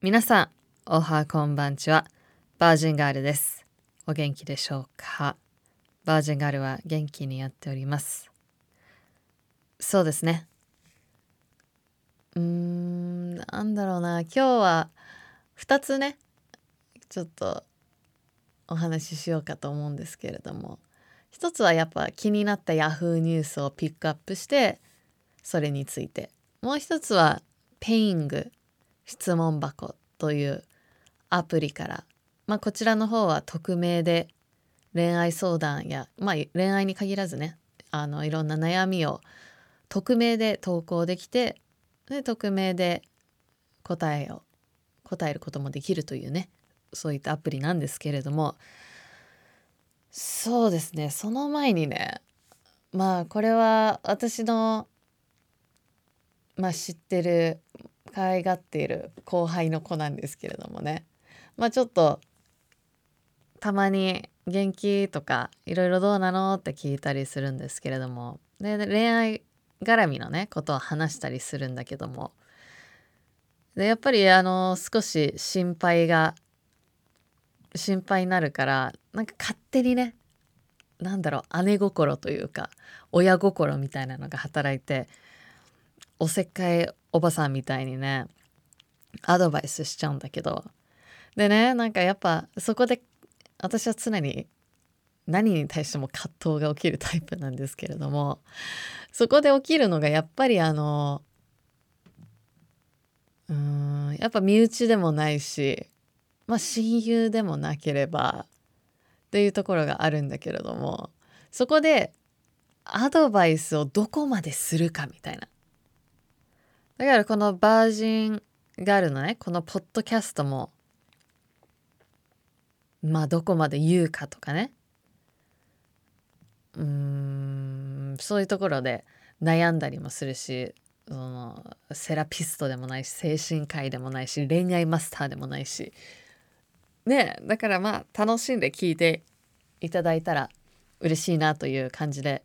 皆さん、おはこんばんちは。バージンガールです。お元気でしょうか？バージンガールは元気にやっております。そうですね。なんだろうな。今日は2つね、ちょっとお話ししようかと思うんですけれども、一つはやっぱ気になったヤフーニュースをピックアップして、それについて。もう一つはペイング質問箱というアプリから、こちらの方は匿名で恋愛相談や、恋愛に限らずね、いろんな悩みを匿名で投稿できて、で匿名で答えることもできるというね、そういったアプリなんですけれども、そうですね、その前にね、これは私の、知ってる可愛がっている後輩の子なんですけれどもね、ちょっとたまに元気とかいろいろどうなのって聞いたりするんですけれども、で恋愛絡みのねことを話したりするんだけども、でやっぱり少し心配になるから、なんか勝手にね、姉心というか親心みたいなのが働いて、おせっかいおばさんみたいにねアドバイスしちゃうんだけど、でね、なんかやっぱそこで私は常に何に対しても葛藤が起きるタイプなんですけれども、そこで起きるのがやっぱりやっぱ身内でもないし、親友でもなければっていうところがあるんだけれども、そこでアドバイスをどこまでするかみたいな。だからこのバージンガールのね、このポッドキャストもどこまで言うかとかね、そういうところで悩んだりもするし、そのセラピストでもないし、精神科医でもないし、恋愛マスターでもないしね。だから楽しんで聞いていただいたら嬉しいなという感じで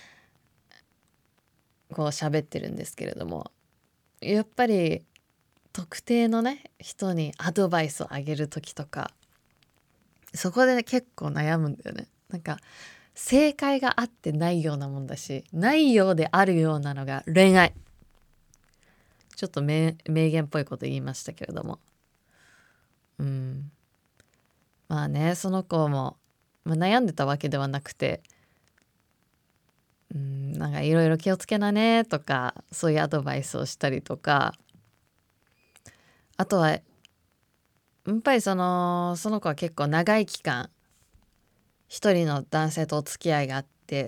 こう喋ってるんですけれども、やっぱり特定のね人にアドバイスをあげる時とか、そこで結構悩むんだよね。なんか正解があってないようなもんだし、ないようであるようなのが恋愛。ちょっと名言っぽいこと言いましたけれども、その子も、悩んでたわけではなくて、なんかいろいろ気をつけなねとか、そういうアドバイスをしたりとか、あとはやっぱりその子は結構長い期間一人の男性とお付き合いがあって、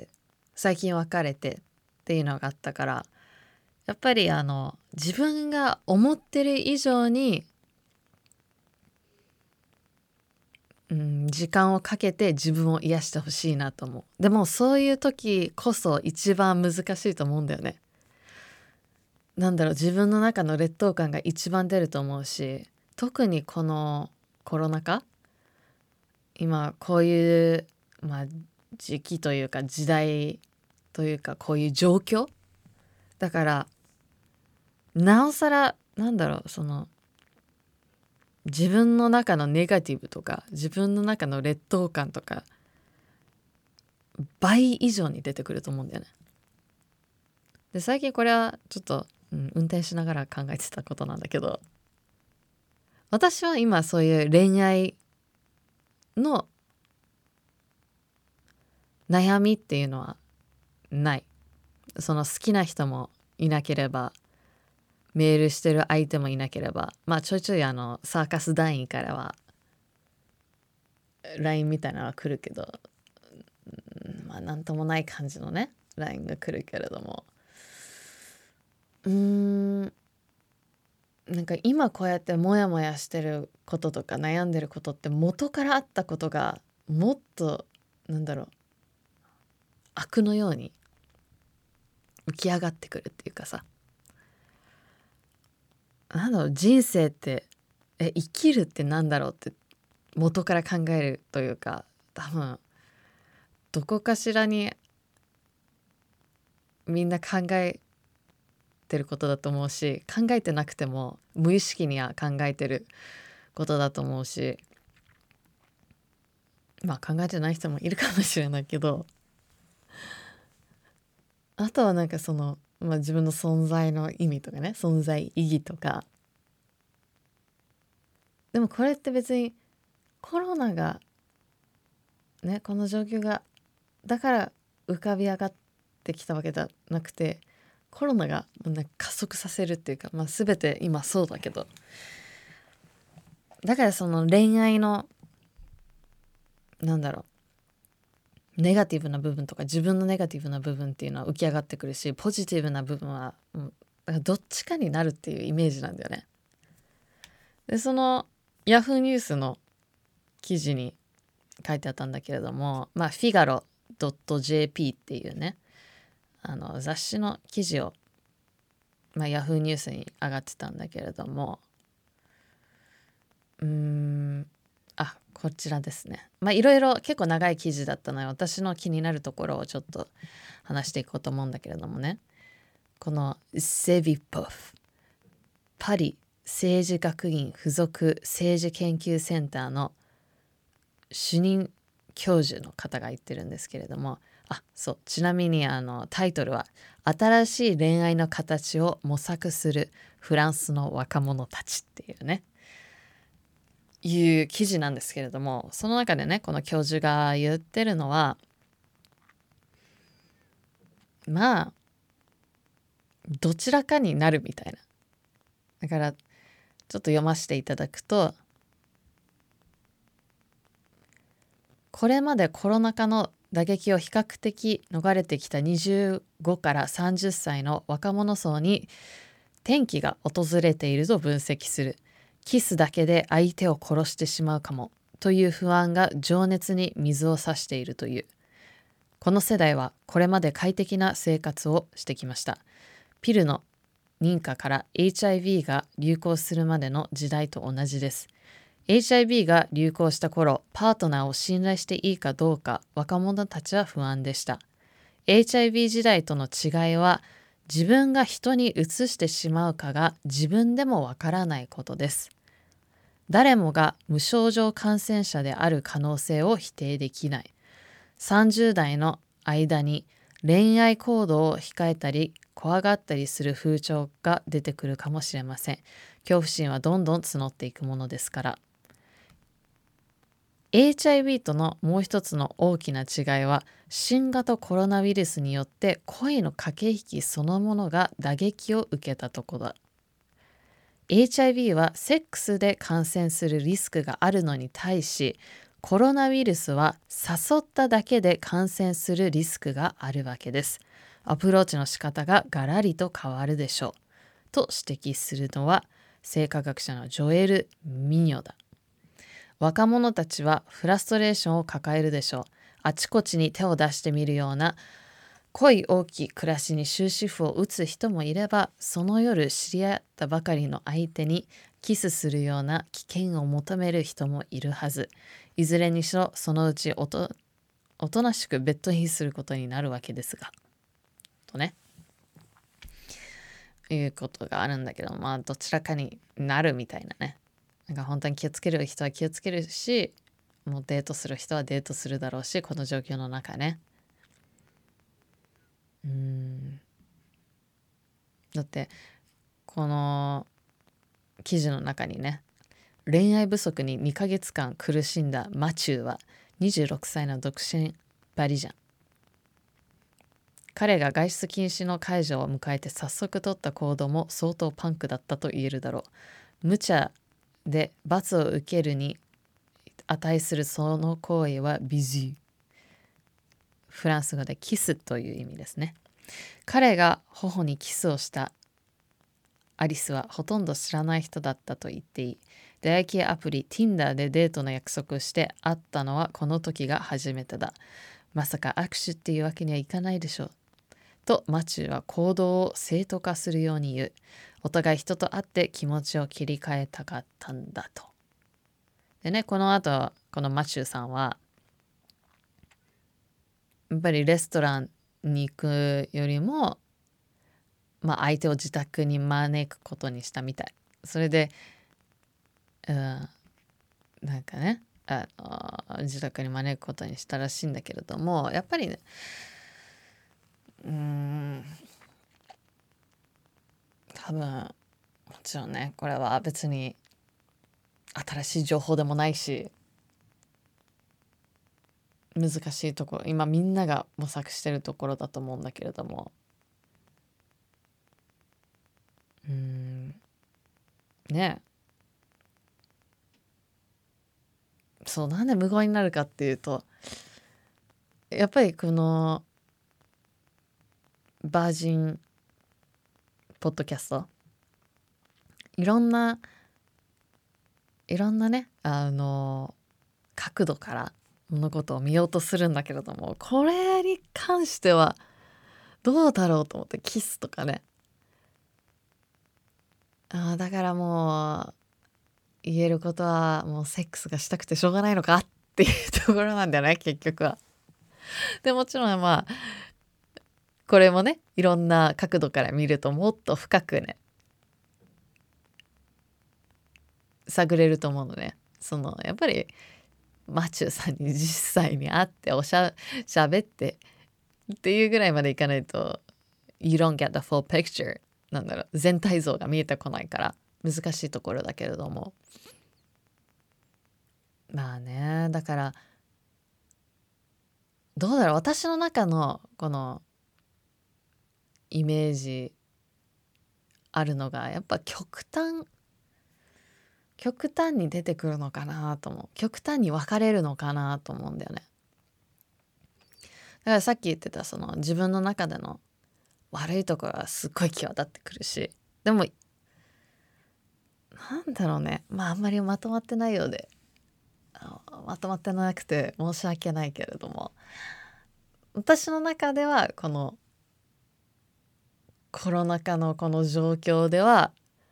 最近別れてっていうのがあったから、やっぱり自分が思ってる以上に、時間をかけて自分を癒してほしいなと思う。でもそういう時こそ一番難しいと思うんだよね。自分の中の劣等感が一番出ると思うし、特にこのコロナ禍、今こういう、時期というか時代というか、こういう状況だから、なおさらその自分の中のネガティブとか自分の中の劣等感とか倍以上に出てくると思うんだよね。で最近これはちょっと、運転しながら考えてたことなんだけど、私は今そういう恋愛の悩みっていうのはない。その好きな人もいなければ、メールしてる相手もいなければ、ちょいちょいサーカス団員からは LINE みたいなのは来るけど、なんともない感じのね LINE が来るけれども、なんか今こうやってモヤモヤしてることとか悩んでることって、元からあったことがもっと悪のように浮き上がってくるっていうかさ、人生って生きるってなんだろうって元から考えるというか、多分どこかしらにみんな考えてることだと思うし、考えてなくても無意識には考えてることだと思うし、まあ考えてない人もいるかもしれないけど、あとはなんか自分の存在の意味とかね、存在意義とか。でもこれって別にコロナがね、この状況がだから浮かび上がってきたわけじゃなくて、コロナがもうなんか加速させるっていうか、全て今そうだけど、だからその恋愛のネガティブな部分とか自分のネガティブな部分っていうのは浮き上がってくるし、ポジティブな部分は、だからどっちかになるっていうイメージなんだよね。でそのヤフーニュースの記事に書いてあったんだけれども、フィガロ .jp っていうね、雑誌の記事を、ヤフーニュースに上がってたんだけれども、こちらですね。いろいろ結構長い記事だったので、私の気になるところをちょっと話していこうと思うんだけれどもね、このセビポフパリ政治学院附属政治研究センターの主任教授の方が言ってるんですけれども、ちなみにタイトルは新しい恋愛の形を模索するフランスの若者たちっていうね、いう記事なんですけれども、その中でね、この教授が言ってるのは、どちらかになるみたいな。だからちょっと読ませていただくと、これまでコロナ禍の打撃を比較的逃れてきた25から30歳の若者層に転機が訪れていると分析する。キスだけで相手を殺してしまうかもという不安が情熱に水を差しているという。この世代はこれまで快適な生活をしてきました。ピルの認可から HIV が流行するまでの時代と同じです。HIV が流行した頃、パートナーを信頼していいかどうか若者たちは不安でした。HIV 時代との違いは、自分が人にうつしてしまうかが自分でもわからないことです。誰もが無症状感染者である可能性を否定できない。30代の間に恋愛行動を控えたり怖がったりする風潮が出てくるかもしれません。恐怖心はどんどん募っていくものですから。HIV とのもう一つの大きな違いは、新型コロナウイルスによって恋の駆け引きそのものが打撃を受けたところだ。HIV はセックスで感染するリスクがあるのに対し、コロナウイルスは誘っただけで感染するリスクがあるわけです。アプローチの仕方がガラリと変わるでしょう。と指摘するのは生化学者のジョエル・ミニョだ。若者たちはフラストレーションを抱えるでしょう。あちこちに手を出してみるような恋多き暮らしに終止符を打つ人もいれば、その夜知り合ったばかりの相手にキスするような危険を求める人もいるはず。いずれにしろそのうちおとなしくベッドインすることになるわけですが、とね、いうことがあるんだけど、どちらかになるみたいなね。なんか本当に気をつける人は気をつけるし、もうデートする人はデートするだろうし、この状況の中ね。だってこの記事の中にね、恋愛不足に2ヶ月間苦しんだマチューは26歳の独身パリジャン。彼が外出禁止の解除を迎えて早速取った行動も相当パンクだったと言えるだろう。無茶で罰を受けるに値するその行為はビジュ。フランス語でキスという意味ですね。彼が頬にキスをしたアリスはほとんど知らない人だったと言っていい。出会い系アプリ Tinder でデートの約束をして会ったのはこの時が初めてだ。まさか握手っていうわけにはいかないでしょう。とマチューは行動を正当化するように言う。お互い人と会って気持ちを切り替えたかったんだと。でね、この後このマチューさんはやっぱりレストランに行くよりも相手を自宅に招くことにしたみたい。それで、なんかね自宅に招くことにしたらしいんだけれども、やっぱりね多分もちろんねこれは別に新しい情報でもないし難しいところ、今みんなが模索してるところだと思うんだけれども、ねそうなんで無言になるかっていうと、やっぱりこのバージンポッドキャストいろんなね角度から物事を見ようとするんだけれども、これに関してはどうだろうと思って、キスとかねだからもう言えることはもうセックスがしたくてしょうがないのかっていうところなんだよね結局は。でもちろんこれもねいろんな角度から見るともっと深くね探れると思うのね。やっぱりマチューさんに実際に会ってしゃべってっていうぐらいまでいかないと You don't get the full picture 全体像が見えてこないから難しいところだけれども、だからどうだろう、私の中のこのイメージあるのがやっぱ極端に出てくるのかなと思う。極端に分かれるのかなと思うんだよね。だからさっき言ってた自分の中での悪いところはすっごい際立ってくるし、でもなんだろうね、あんまりまとまってないようでまとまってなくて申し訳ないけれども、私の中ではこのコロナ禍のこの状況では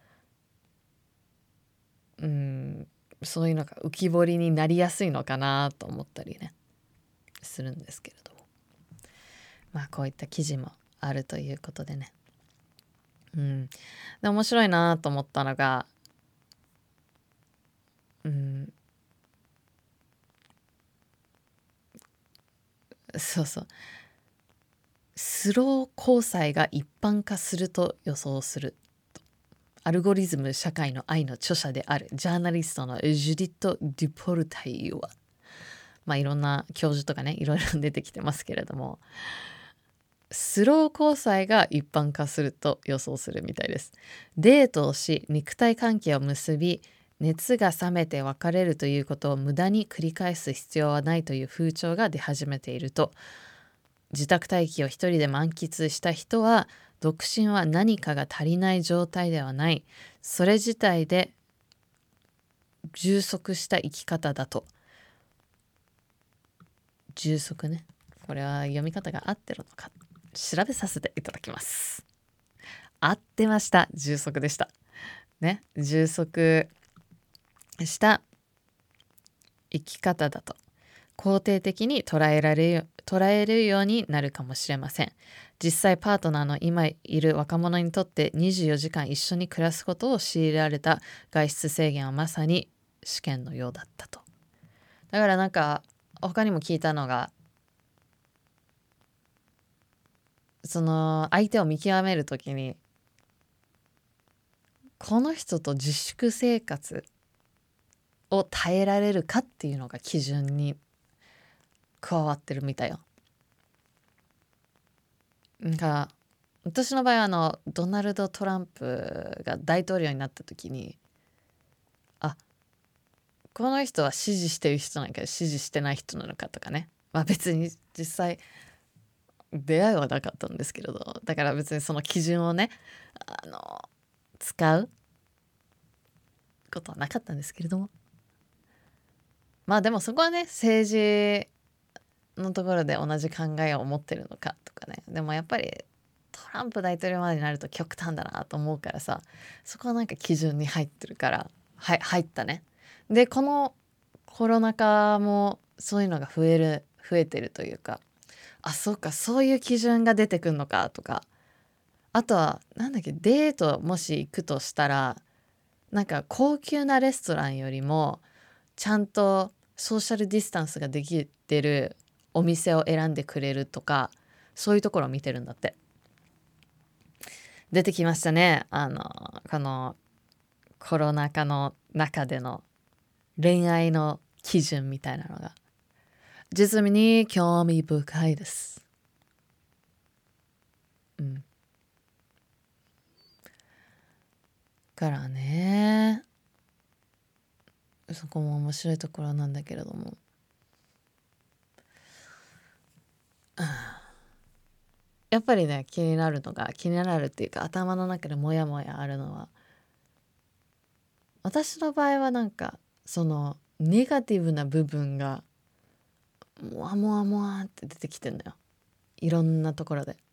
そういうのが浮き彫りになりやすいのかなと思ったりねするんですけれども、こういった記事もあるということでね、で面白いなと思ったのがそうそう、スロー交際が一般化すると予想する。アルゴリズム社会の愛の著者であるジャーナリストのジュディット・デュポルタイユは、いろんな教授とかねいろいろ出てきてますけれども、スロー交際が一般化すると予想するみたいです。デートをし肉体関係を結び熱が冷めて別れるということを無駄に繰り返す必要はないという風潮が出始めていると。自宅待機を一人で満喫した人は独身は何かが足りない状態ではない、それ自体で充足した生き方だと。充足ね、これは読み方が合ってるのか調べさせていただきます。合ってました、充足でしたね。充足した生き方だと肯定的に捉えるようになるかもしれません。実際パートナーの今いる若者にとって24時間一緒に暮らすことを強いられた外出制限はまさに試験のようだったと。だから他にも聞いたのが、相手を見極めるときにこの人と自粛生活を耐えられるかっていうのが基準に加わってるみたいよ。私の場合はドナルド・トランプが大統領になった時にこの人は支持してる人なのか支持してない人なのかとかね、別に実際出会いはなかったんですけれど、だから別にその基準をね使うことはなかったんですけれども、でもそこはね政治のところで同じ考えを持ってるのかとかね、でもやっぱりトランプ大統領までになると極端だなと思うからさ、そこは基準に入ってるから入ったね。でこのコロナ禍もそういうのが増えてるというか、そうかそういう基準が出てくるのかとか、 あとはなんだっけ、デートもし行くとしたら、なんか高級なレストランよりもちゃんとソーシャルディスタンスができてるお店を選んでくれるとか、そういうところを見てるんだって。出てきましたね、このコロナ禍の中での恋愛の基準みたいなのが実に興味深いです。からね、そこも面白いところなんだけれども、やっぱりね、気になるっていうか、頭の中でモヤモヤあるのは、私の場合はなんかそのネガティブな部分がモワモワモワって出てきてんだよ、いろんなところで。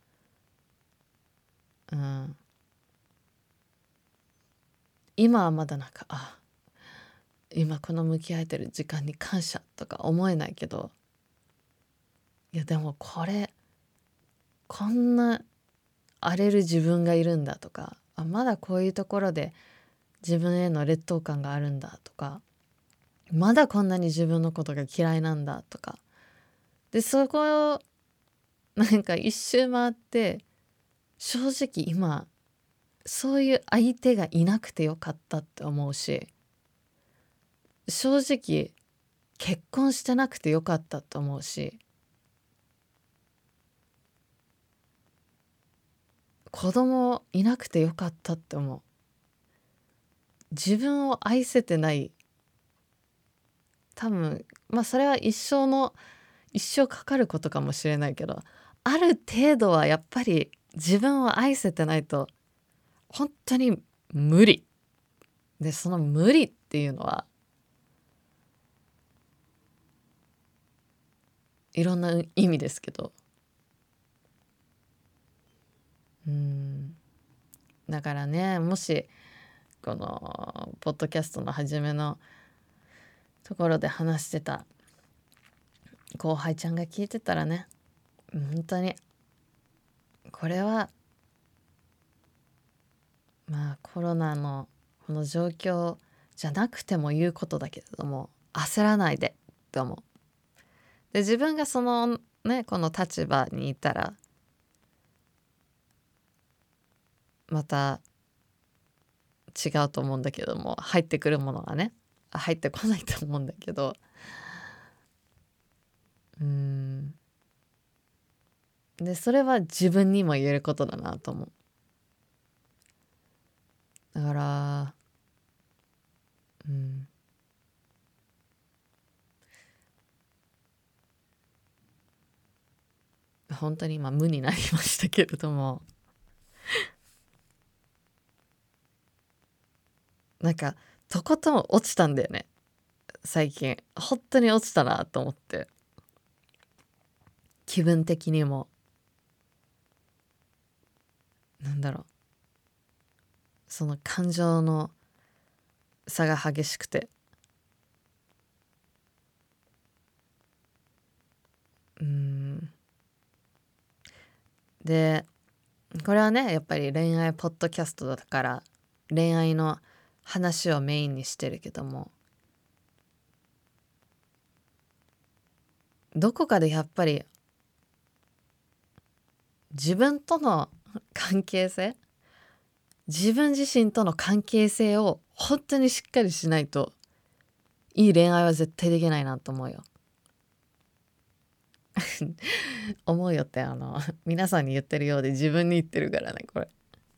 今はまだなんか今この向き合えてる時間に感謝とか思えないけど、いやでもこんな荒れる自分がいるんだとか、まだこういうところで自分への劣等感があるんだとか、まだこんなに自分のことが嫌いなんだとかで、そこをなんか一周回って、正直今そういう相手がいなくてよかったって思うし、正直結婚してなくてよかったと思うし、子供いなくてよかったって思う。自分を愛せてない、多分それは一生かかることかもしれないけど、ある程度はやっぱり自分を愛せてないと本当に無理で、その無理っていうのはいろんな意味ですけど、だからね、もしこのポッドキャストの初めのところで話してた後輩ちゃんが聞いてたらね、本当にこれはコロナのこの状況じゃなくても言うことだけれども、焦らないでって思う。で、自分がそのねこの立場にいたらまた違うと思うんだけども、入ってくるものがね入ってこないと思うんだけど、でそれは自分にも言えることだなと思う。だから本当に今無になりましたけれども、なんかとことん落ちたんだよね最近。本当に落ちたなと思って、気分的にもなんだろう、その感情の差が激しくて、でこれはねやっぱり恋愛ポッドキャストだから恋愛の話をメインにしてるけども、どこかでやっぱり自分との関係性、自分自身との関係性を本当にしっかりしないといい恋愛は絶対できないなと思うよ。思うよって皆さんに言ってるようで自分に言ってるからねこれ。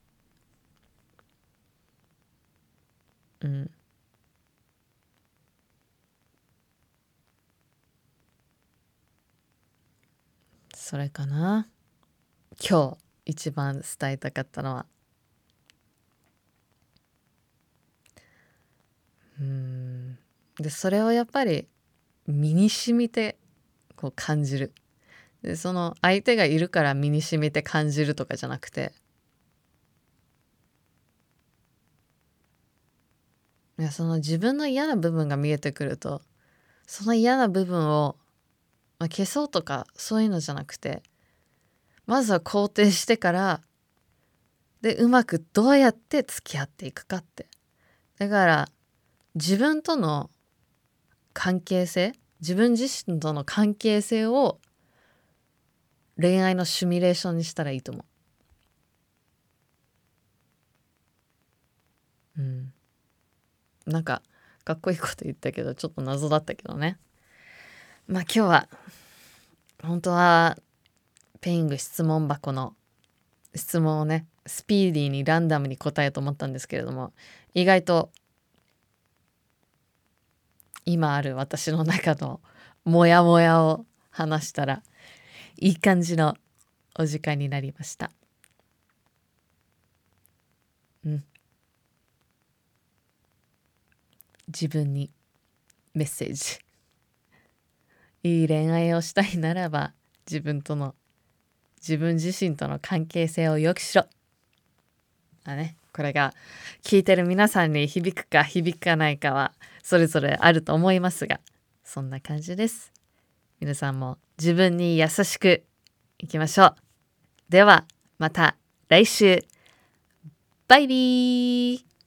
それかな、今日一番伝えたかったのは。でそれをやっぱり身に染みてこう感じる。でその相手がいるから身に染みて感じるとかじゃなくて、いやその自分の嫌な部分が見えてくると、その嫌な部分を、消そうとかそういうのじゃなくて、まずは肯定してからでうまくどうやって付き合っていくかって。だから自分との関係性、自分自身との関係性を恋愛のシミュレーションにしたらいいと思う。なんかかっこいいこと言ったけどちょっと謎だったけどね。まあ今日は本当はペイング質問箱の質問をねスピーディーにランダムに答えようと思ったんですけれども、意外と今ある私の中のモヤモヤを話したらいい感じのお時間になりました。自分にメッセージ。いい恋愛をしたいならば自分自身との関係性を良くしろ。これが聞いてる皆さんに響くか響かないかはそれぞれあると思いますが、そんな感じです。皆さんも自分に優しくいきましょう。ではまた来週。バイビー。